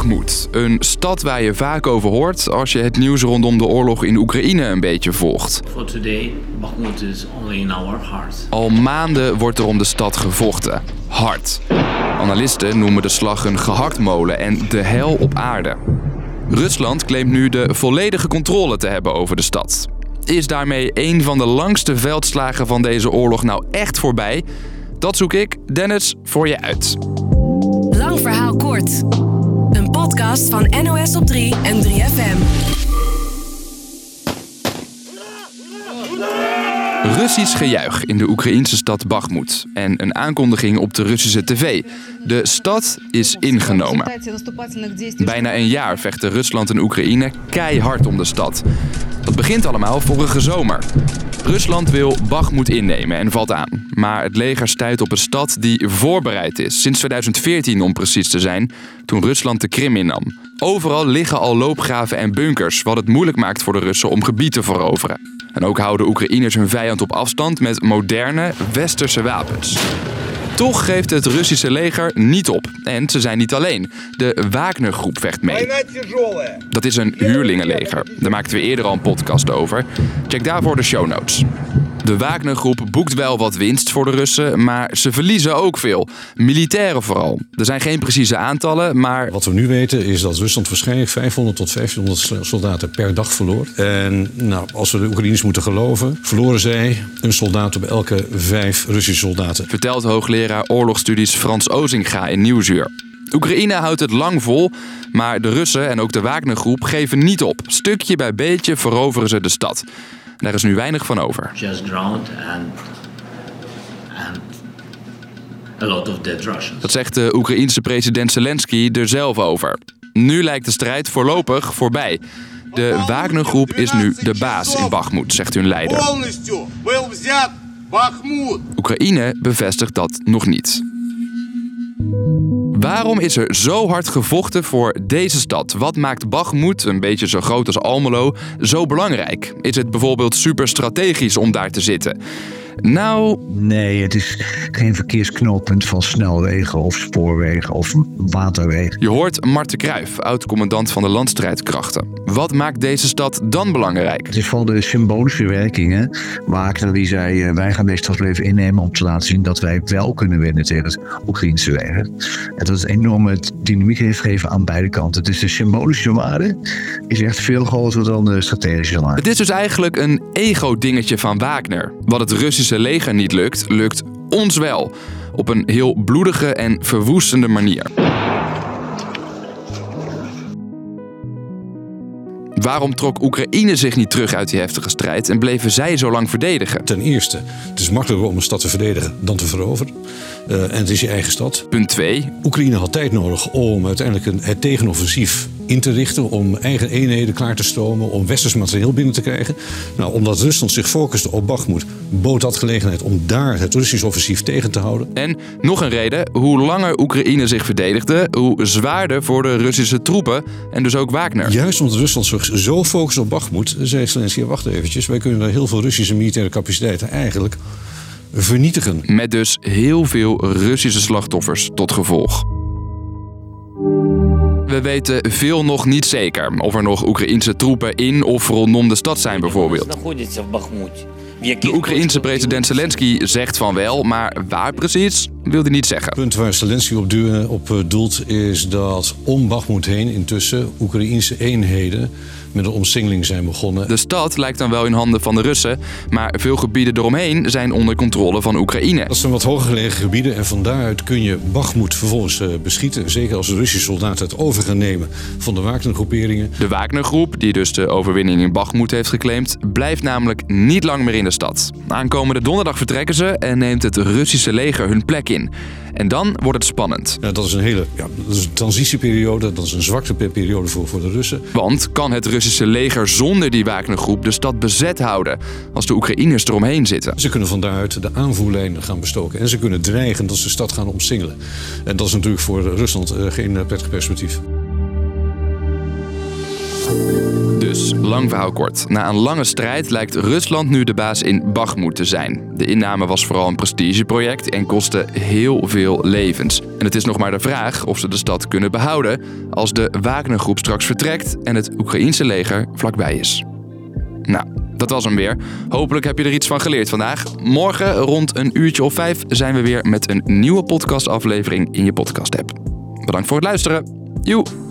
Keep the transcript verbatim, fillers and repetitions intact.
Bachmut, een stad waar je vaak over hoort als je het nieuws rondom de oorlog in Oekraïne een beetje volgt. For today, Bakhmut is only in our heart. Al maanden wordt er om de stad gevochten. Hard. Analisten noemen de slag een gehaktmolen en de hel op aarde. Rusland claimt nu de volledige controle te hebben over de stad. Is daarmee een van de langste veldslagen van deze oorlog nou echt voorbij? Dat zoek ik, Dennis, voor je uit. Lang verhaal kort. Een podcast van N O S op drie en drie F M. Russisch gejuich in de Oekraïense stad Bachmut en een aankondiging op de Russische tv. De stad is ingenomen. Bijna een jaar vechten Rusland en Oekraïne keihard om de stad. Dat begint allemaal vorige zomer. Rusland wil Bachmut innemen en valt aan. Maar het leger stuit op een stad die voorbereid is. Sinds tweeduizend veertien om precies te zijn, toen Rusland de Krim innam. Overal liggen al loopgraven en bunkers, wat het moeilijk maakt voor de Russen om gebied te veroveren. En ook houden Oekraïners hun vijand op afstand met moderne, westerse wapens. Toch geeft het Russische leger niet op. En ze zijn niet alleen. De Wagner-groep vecht mee. Dat is een huurlingenleger. Daar maakten we eerder al een podcast over. Check daarvoor de show notes. De Wagner-groep boekt wel wat winst voor de Russen, maar ze verliezen ook veel. Militairen vooral. Er zijn geen precieze aantallen, maar... Wat we nu weten is dat Rusland waarschijnlijk vijfhonderd tot vijftienhonderd soldaten per dag verloor. En nou, als we de Oekraïners moeten geloven, verloren zij een soldaat op elke vijf Russische soldaten. Vertelt hoogleraar oorlogsstudies Frans Ozinga in Nieuwsuur. Oekraïne houdt het lang vol, maar de Russen en ook de Wagner-groep geven niet op. Stukje bij beetje veroveren ze de stad. Daar is nu weinig van over. Just drowned and, and a lot of dead Russians. Dat zegt de Oekraïense president Zelensky er zelf over. Nu lijkt de strijd voorlopig voorbij. De Wagner-groep is nu de baas in Bachmut, zegt hun leider. Oekraïne bevestigt dat nog niet. Waarom is er zo hard gevochten voor deze stad? Wat maakt Bachmut, een beetje zo groot als Almelo, zo belangrijk? Is het bijvoorbeeld super strategisch om daar te zitten? Nou... Nee, het is geen verkeersknooppunt van snelwegen of spoorwegen of waterwegen. Je hoort Marten Kruijf, oud-commandant van de landstrijdkrachten. Wat maakt deze stad dan belangrijk? Het is vooral de symbolische werkingen. Wagner die zei, wij gaan deze stad even innemen om te laten zien dat wij wel kunnen winnen tegen het Oekraïnse leger. En dat het enorme dynamiek heeft gegeven aan beide kanten. Dus de symbolische waarde is echt veel groter dan de strategische waarde. Het is dus eigenlijk een ego-dingetje van Wagner. Wat het Russische leger niet lukt, lukt ons wel. Op een heel bloedige en verwoestende manier. Waarom trok Oekraïne zich niet terug uit die heftige strijd en bleven zij zo lang verdedigen? Ten eerste, het is makkelijker om een stad te verdedigen dan te veroveren. Uh, en het is je eigen stad. Punt twee. Oekraïne had tijd nodig om uiteindelijk een, het tegenoffensief in te richten, om eigen eenheden klaar te stomen, om westers materieel binnen te krijgen. Nou, omdat Rusland zich focuste op Bachmut, bood dat gelegenheid om daar het Russisch offensief tegen te houden. En nog een reden, hoe langer Oekraïne zich verdedigde, hoe zwaarder voor de Russische troepen en dus ook Wagner. Juist omdat Rusland zich zo focust op Bachmut, zei Zelensky, wacht eventjes, wij kunnen daar heel veel Russische militaire capaciteiten eigenlijk vernietigen. Met dus heel veel Russische slachtoffers tot gevolg. We weten veel nog niet zeker. Of er nog Oekraïense troepen in of rondom de stad zijn bijvoorbeeld. De Oekraïense president Zelensky zegt van wel, maar waar precies wil hij niet zeggen. Het punt waar Zelensky op, du- op doelt is dat om Bachmut heen intussen Oekraïense eenheden met een omsingeling zijn begonnen. De stad lijkt dan wel in handen van de Russen, maar veel gebieden eromheen zijn onder controle van Oekraïne. Dat zijn wat hoger gelegen gebieden en van daaruit kun je Bachmut vervolgens uh, beschieten. Zeker als de Russische soldaten het over gaan nemen van de Wagner-groeperingen. De Wagner-groep, die dus de overwinning in Bachmut heeft geclaimd, blijft namelijk niet lang meer in de stad. Aankomende donderdag vertrekken ze en neemt het Russische leger hun plek in. En dan wordt het spannend. Ja, dat is een hele ja, dat is een transitieperiode, dat is een zwakteperiode voor, voor de Russen. Want kan het Russische leger zonder die Wagner-groep de stad bezet houden als de Oekraïners eromheen zitten? Ze kunnen van daaruit de aanvoerlijnen gaan bestoken en ze kunnen dreigen dat ze de stad gaan omsingelen. En dat is natuurlijk voor Rusland uh, geen uh, prettig perspectief. Dus Dus, lang verhaal kort. Na een lange strijd lijkt Rusland nu de baas in Bakhmut te zijn. De inname was vooral een prestigeproject en kostte heel veel levens. En het is nog maar de vraag of ze de stad kunnen behouden als de Wagner-groep straks vertrekt en het Oekraïense leger vlakbij is. Nou, dat was hem weer. Hopelijk heb je er iets van geleerd vandaag. Morgen rond een uurtje of vijf zijn we weer met een nieuwe podcastaflevering in je podcast-app. Bedankt voor het luisteren. Joe!